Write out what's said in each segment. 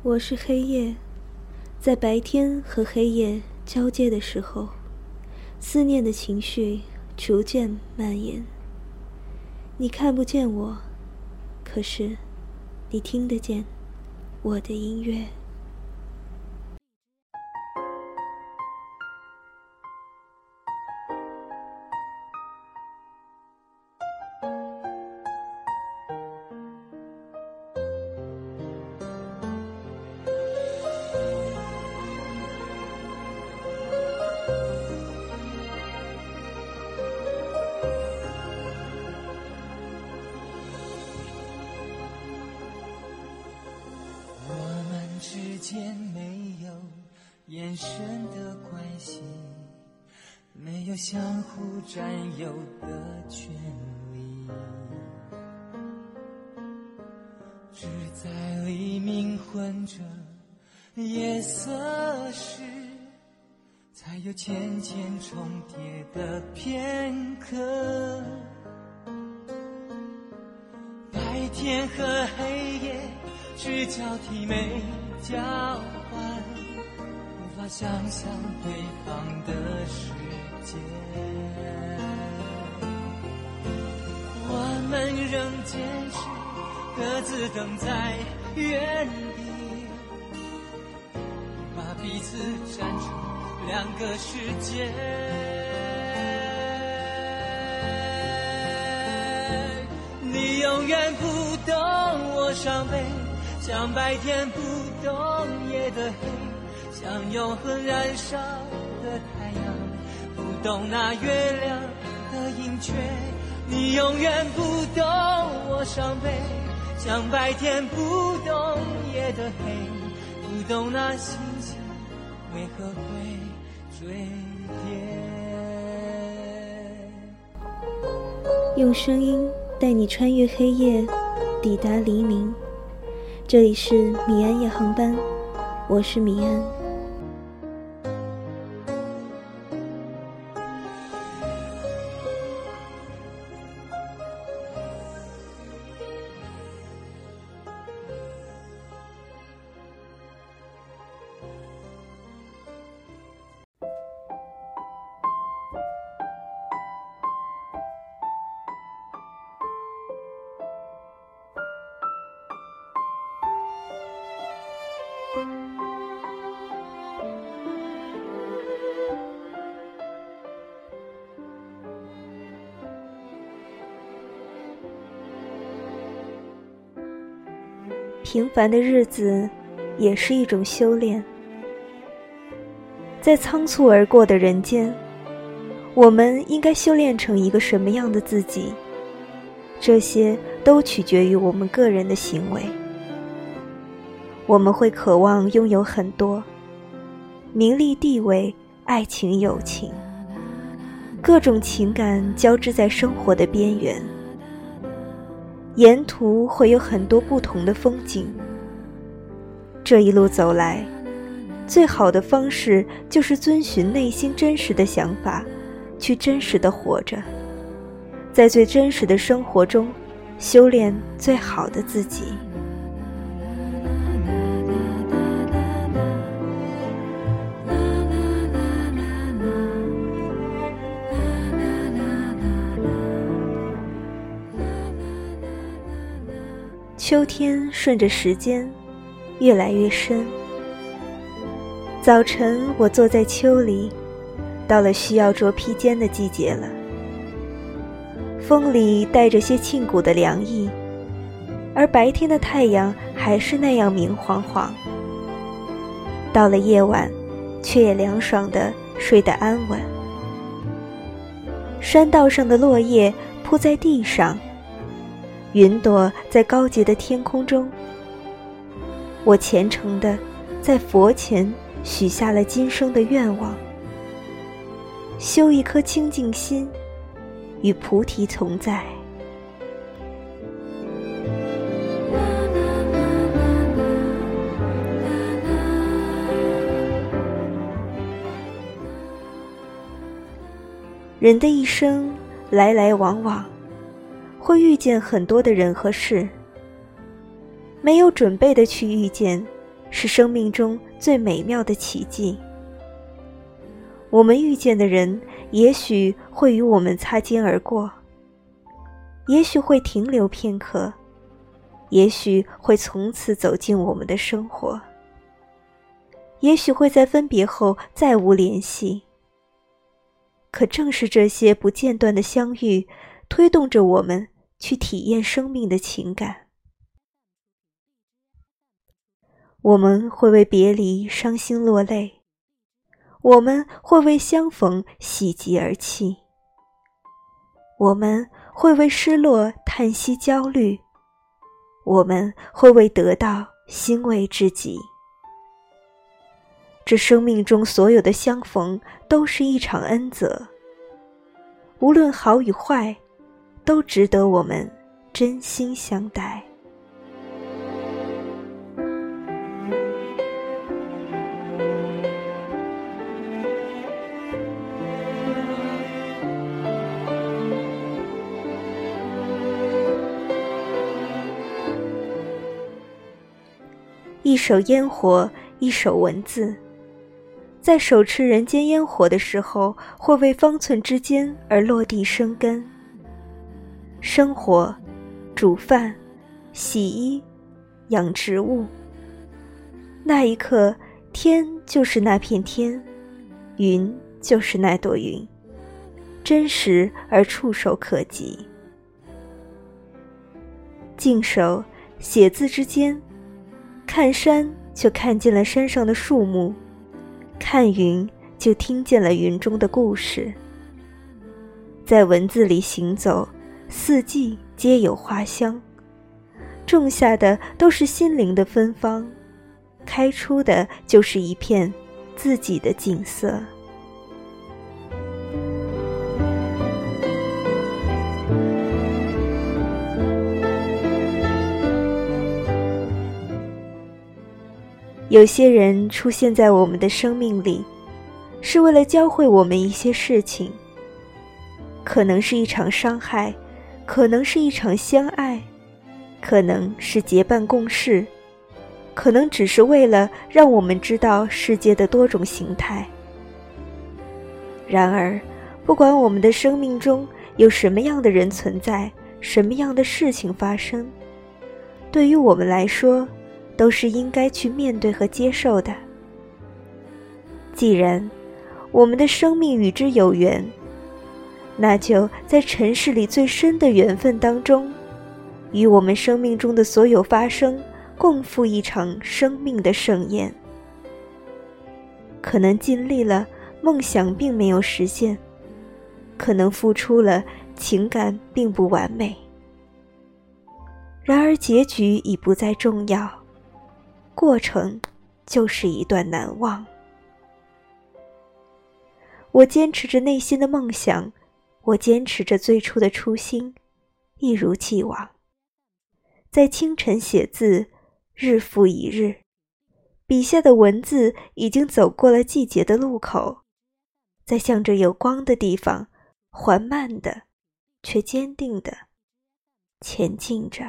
我是黑夜，在白天和黑夜交接的时候，思念的情绪逐渐蔓延。你看不见我，可是你听得见我的音乐。 之间没有眼神的关系，没有相互占有的权利，只在黎明混着夜色时，才有渐渐重叠的片刻。白天和黑夜是交替没交换，无法想象对方的世界。我们仍坚持各自等在原地，把彼此站成两个世界。你永远不懂我伤悲，像白天不懂夜的黑，像永恒燃烧的太阳，不懂那月亮的盈缺。你永远不懂我伤悲，像白天不懂夜的黑，不懂那星星为何会坠跌。 用声音带你穿越黑夜，抵达黎明。这里是米安夜航班，我是米安。平凡的日子也是一种修炼。在仓促而过的人间，我们应该修炼成一个什么样的自己？这些都取决于我们个人的行为。我们会渴望拥有很多，名利地位、爱情友情，各种情感交织在生活的边缘。沿途会有很多不同的风景。这一路走来，最好的方式就是遵循内心真实的想法，去真实的活着，在最真实的生活中修炼最好的自己。秋天顺着时间越来越深。早晨我坐在秋里，到了需要着披肩的季节了。风里带着些沁骨的凉意，而白天的太阳还是那样明晃晃。到了夜晚，却也凉爽地睡得安稳。山道上的落叶铺在地上，云朵在高洁的天空中。我虔诚地在佛前许下了今生的愿望，修一颗清净心，与菩提同在。人的一生来来往往，会遇见很多的人和事。没有准备的去遇见， 是生命中最美妙的奇迹。我们遇见的人也许会与我们擦肩而过，也许会停留片刻，也许会从此走进我们的生活，也许会在分别后再无联系。可正是这些不间断的相遇，推动着我们去体验生命的情感。我们会为别离伤心落泪，我们会为相逢喜极而泣，我们会为失落叹息焦虑，我们会为得到欣慰至极。这生命中所有的相逢都是一场恩泽，无论好与坏，都值得我们真心相待。一手烟火，一手文字，在手持人间烟火的时候，会为方寸之间而落地生根。生活、煮饭、洗衣、养植物，那一刻，天就是那片天，云就是那朵云，真实而触手可及。静手写字之间，看山就看见了山上的树木，看云就听见了云中的故事。在文字里行走，四季皆有花香，种下的都是心灵的芬芳，开出的就是一片自己的景色。有些人出现在我们的生命里，是为了教会我们一些事情，可能是一场伤害，可能是一场相爱，可能是结伴共事，可能只是为了让我们知道世界的多种形态。然而，不管我们的生命中有什么样的人存在，什么样的事情发生，对于我们来说，都是应该去面对和接受的。既然我们的生命与之有缘，那就在尘世里最深的缘分当中，与我们生命中的所有发生共赴一场生命的盛宴。可能尽力了，梦想并没有实现，可能付出了，情感并不完美，然而结局已不再重要，过程就是一段难忘。我坚持着内心的梦想，我坚持着最初的初心，一如既往，在清晨写字，日复一日，笔下的文字已经走过了季节的路口，在向着有光的地方，缓慢的，却坚定的前进着。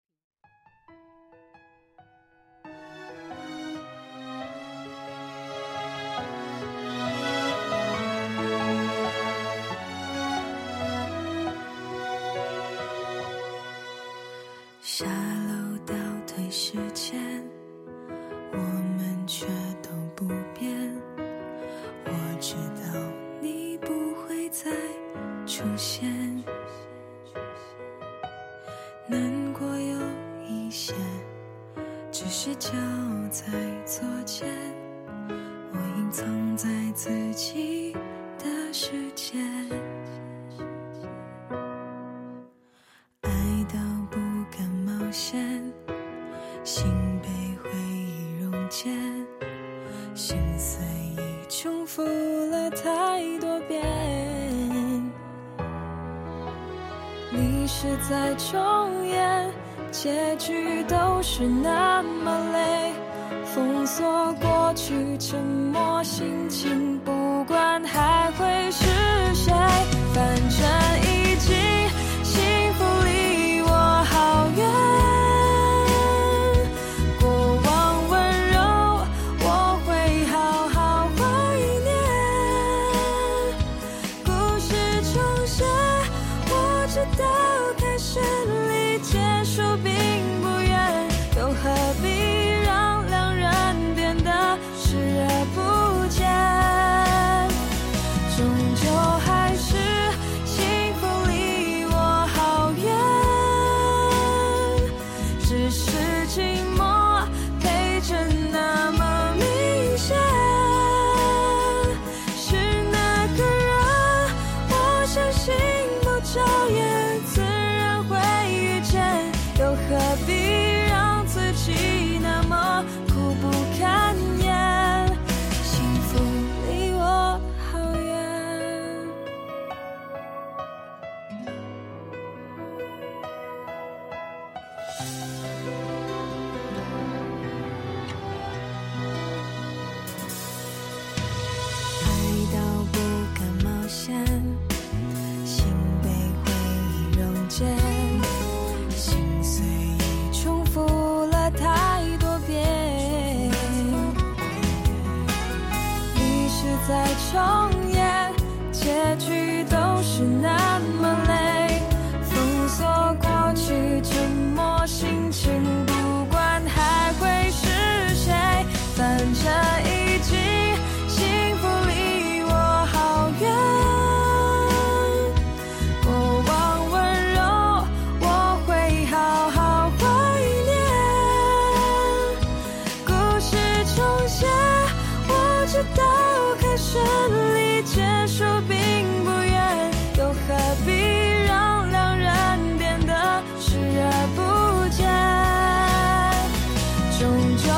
下楼倒退时间，我们却都不变。我知道你不会再出现，难过有一些，只是脚在左肩，我隐藏在自己的世界。心被回忆溶解，心碎已重复了太多遍。历史在重演，结局都是那么累。封锁过去，沉默心情，不管还会是谁，反正已经幸福离我好远。过往温柔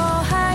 还